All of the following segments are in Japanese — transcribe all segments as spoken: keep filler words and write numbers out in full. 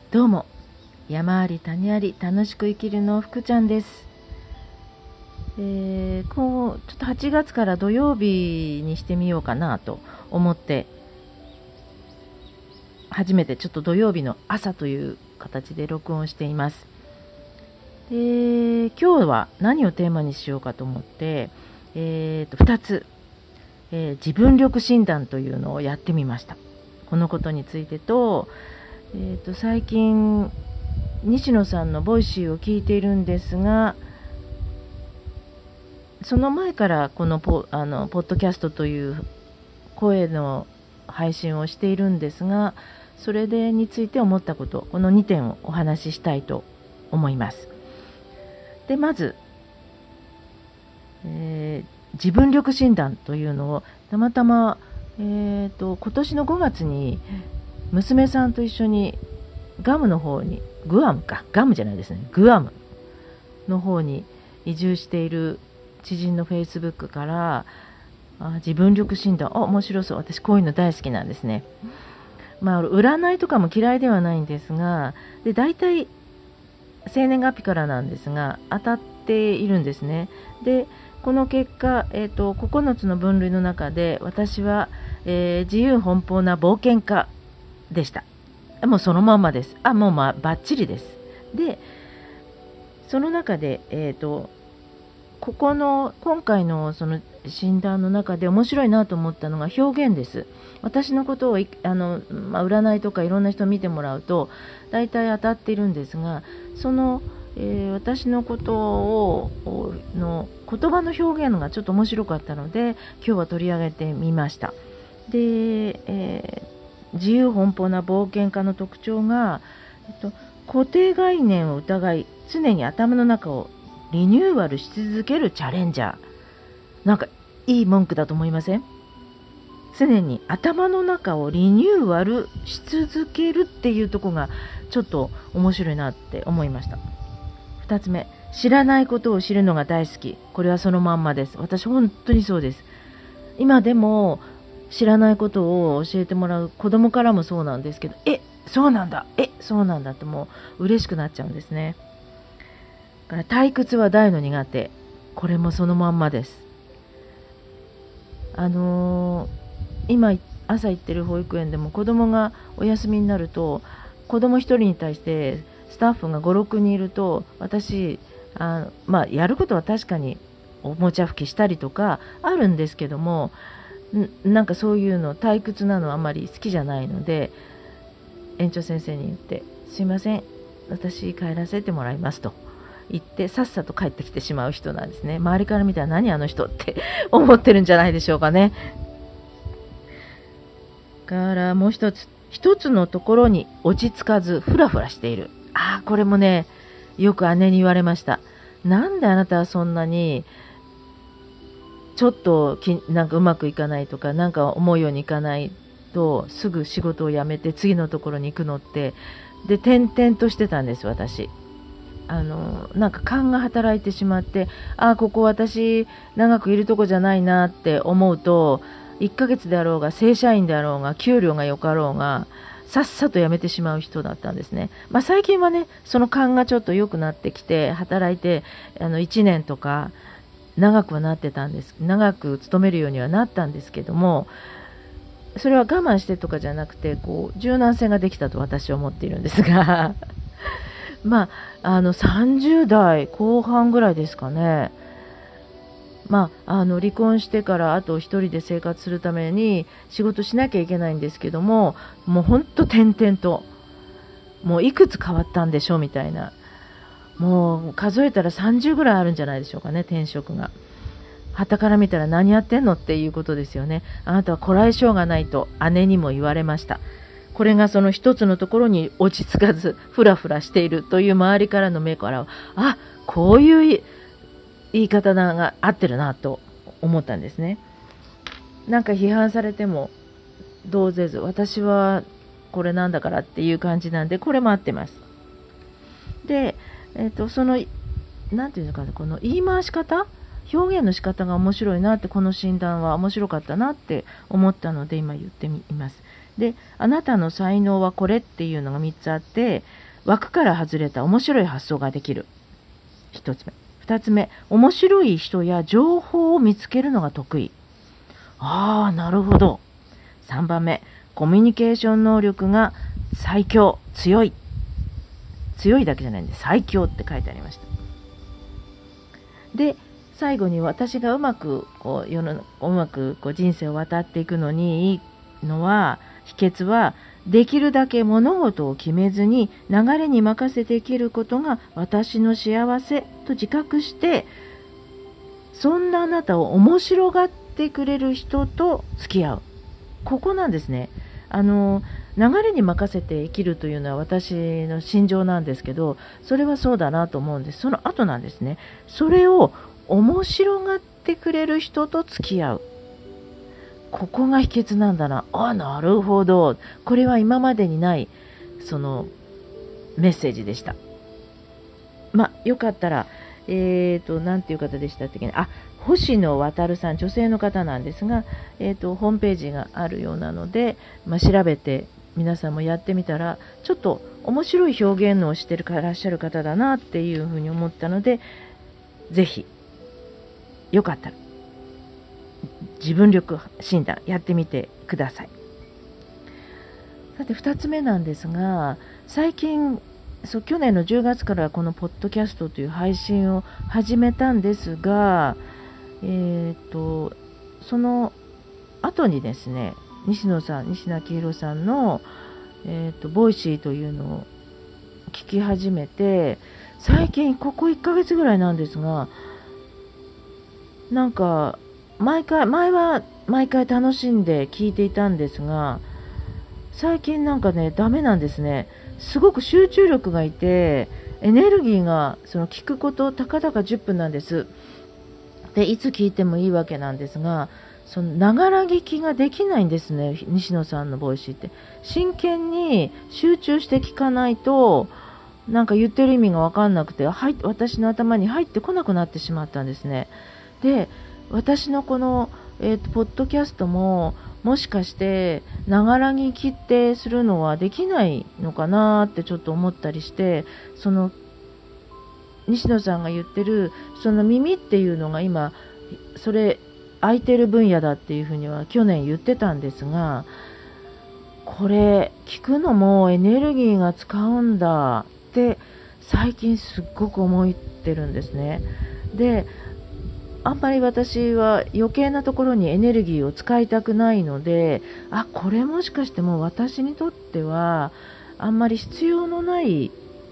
どうも、山あり谷あり楽しく生きるの福ちゃんです。えー、こうちょっとはちがつから土曜日にしてみようかなと思って初めてちょっと土曜日の朝という形で録音しています。で、今日は何をテーマにしようかと思って、えー、とふたつ、えー、自分力診断というのをやってみました。このことについてと、えー、と最近西野さんのボイシーを聞いているんですが、その前からこのポ、あのポッドキャストという声の配信をしているんですが、それでについて思ったこと、このにてんをお話ししたいと思います。で、まず、えー、自分力診断というのをたまたま、えー、と今年のごがつに娘さんと一緒にガムの方にグアムかガムじゃないですねグアムの方に移住している知人のフェイスブックから、あ自分力診断、あ面白そう、私こういうの大好きなんですね。まあ占いとかも嫌いではないんですが、で大体生年月日からなんですが当たっているんですね。でこの結果、えーと、ここのつの分類の中で私は、えー、自由奔放な冒険家でした。もうそのまんまです。あ、もうまあバッチリです。で、その中で、えーと、ここの今回のその診断の中で面白いなと思ったのが表現です。私のことをあの、まあ、占いとかいろんな人見てもらうと大体当たっているんですが、その、えー、私のことをの言葉の表現がちょっと面白かったので今日は取り上げてみました。で、えー自由奔放な冒険家の特徴が、えっと、固定概念を疑い常に頭の中をリニューアルし続けるチャレンジャー。なんかいい文句だと思いません？常に頭の中をリニューアルし続けるっていうところがちょっと面白いなって思いました。ふたつめ、知らないことを知るのが大好き。これはそのまんまです。私本当にそうです。今でも知らないことを教えてもらう子供からもそうなんですけど、えそうなんだえそうなんだってもう嬉しくなっちゃうんですね。だから退屈は大の苦手、これもそのまんまです。あのー、今朝行ってる保育園でも子供がお休みになると子供一人に対してスタッフがご、ろくにんいると私あまあやることは確かにおもちゃ拭きしたりとかあるんですけども、なんかそういうの退屈なのあんまり好きじゃないので園長先生に言ってすいません私帰らせてもらいますと言ってさっさと帰ってきてしまう人なんですね。周りから見たら何あの人って思ってるんじゃないでしょうかね。からもう一つ、一つのところに落ち着かずフラフラしている。ああこれもねよく姉に言われました。なんであなたはそんなにちょっときなんかうまくいかないとかなんか思うようにいかないとすぐ仕事を辞めて次のところに行くのってで転々としてたんです。私あのなんか勘が働いてしまって、あここ私長くいるとこじゃないなって思うといっかげつであろうが正社員であろうが給料がよかろうがさっさと辞めてしまう人だったんですね。まあ、最近はねその勘がちょっと良くなってきて働いてあのいちねんとか長くはなってたんです長く勤めるようにはなったんですけども、それは我慢してとかじゃなくてこう柔軟性ができたと私は思っているんですがまああのさんじゅうだいこう半ぐらいですかね。まあ、あの離婚してからあと一人で生活するために仕事しなきゃいけないんですけども、もうほんと転々ともういくつ変わったんでしょうみたいな、もう数えたらさんじゅうぐらいあるんじゃないでしょうかね、転職が。傍から見たら何やってんのっていうことですよね。あなたはこらえ性がないと姉にも言われました。これがその一つのところに落ち着かずフラフラしているという周りからの目からは、あこういう言い方が合ってるなと思ったんですね。なんか批判されても動ぜず私はこれなんだからっていう感じなんでこれも合ってます。でえー、とそのなんていうのかな、この言い回し方表現の仕方が面白いなって、この診断は面白かったなって思ったので今言ってみます。 で、あなたの才能はこれっていうのがみっつあって、枠から外れた面白い発想ができる。ひとつめ。ふたつめ、面白い人や情報を見つけるのが得意。ああ、なるほど。さんばんめ、コミュニケーション能力が最強、強い。強いだけじゃないんで、最強って書いてありました。で、最後に私がうまくこう世のうまくこう人生を渡っていくのにいいのは、秘訣はできるだけ物事を決めずに流れに任せて生きることが私の幸せと自覚して、そんなあなたを面白がってくれる人と付き合う。ここなんですね。あの流れに任せて生きるというのは私の心情なんですけど、それはそうだなと思うんです。その後なんですね。それを面白がってくれる人と付き合う。ここが秘訣なんだな。あ、なるほど。これは今までにないそのメッセージでした。まあ、よかったら、えーと、なんていう方でしたっけね。あ、星野渉さん、女性の方なんですが、えーと、ホームページがあるようなので、まあ、調べて皆さんもやってみたら、ちょっと面白い表現をしてるからっしゃる方だなっていうふうに思ったので、ぜひ、よかったら、自分力診断やってみてください。さてふたつめなんですが、最近そう去年のじゅうがつからこのポッドキャストという配信を始めたんですが、えーとその後にですね、西野さん西野昭弘さんの、えーとボイシーというのを聞き始めて、最近ここいっかげつぐらいなんですが、なんか毎回前は毎回楽しんで聞いていたんですが、最近なんかねダメなんですね。すごく集中力がいて、エネルギーがその聞くことたかだかじゅっぷんなんです。でいつ聞いてもいいわけなんですが、そのながら聞きができないんですね。西野さんのボイシーって真剣に集中して聞かないと、なんか言ってる意味が分かんなくて、はい、私の頭に入ってこなくなってしまったんですね。で私のこの、えーと、ポッドキャストももしかしてながら聞きってするのはできないのかなってちょっと思ったりして、その西野さんが言ってるその耳っていうのが今それ空いてる分野だっていうふうには去年言ってたんですが、これ聞くのもエネルギーが使うんだって最近すっごく思ってるんですね。であんまり私は余計なところにエネルギーを使いたくないので、あ、これもしかしてもう私にとってはあんまり必要のない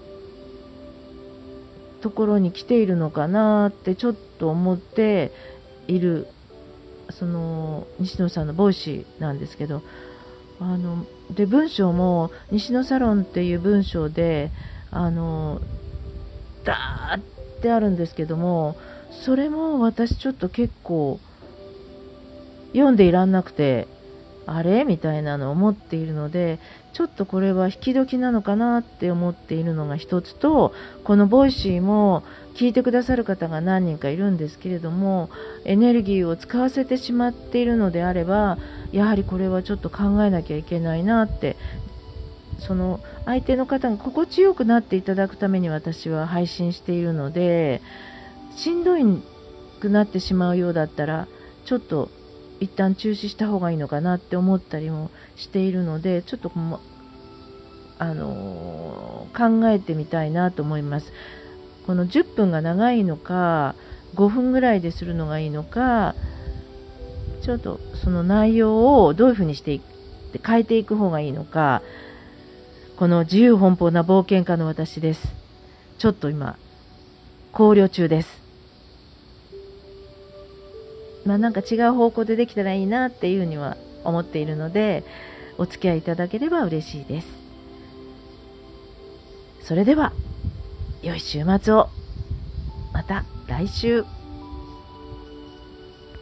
ところに来ているのかなってちょっと思っている、その西野さんのボイシーなんですけど、あので文章も西野サロンっていう文章であのダーってあるんですけども、それも私ちょっと結構読んでいらんなくて、あれみたいなのを思っているので、ちょっとこれは引き時なのかなって思っているのが一つと、このボイシーも聞いてくださる方が何人かいるんですけれども、エネルギーを使わせてしまっているのであれば、やはりこれはちょっと考えなきゃいけないなって、その相手の方が心地よくなっていただくために私は配信しているので、しんどいくなってしまうようだったらちょっと一旦中止した方がいいのかなって思ったりもしているので、ちょっともあのー、考えてみたいなと思います。このじゅっぷんが長いのかごふんぐらいでするのがいいのか、ちょっとその内容をどういうふうにしていって変えていく方がいいのか、この自由奔放な冒険家の私です。ちょっと今考慮中です。まあなんか違う方向でできたらいいなっていうには思っているので、お付き合いいただければ嬉しいです。それでは良い週末を。また来週。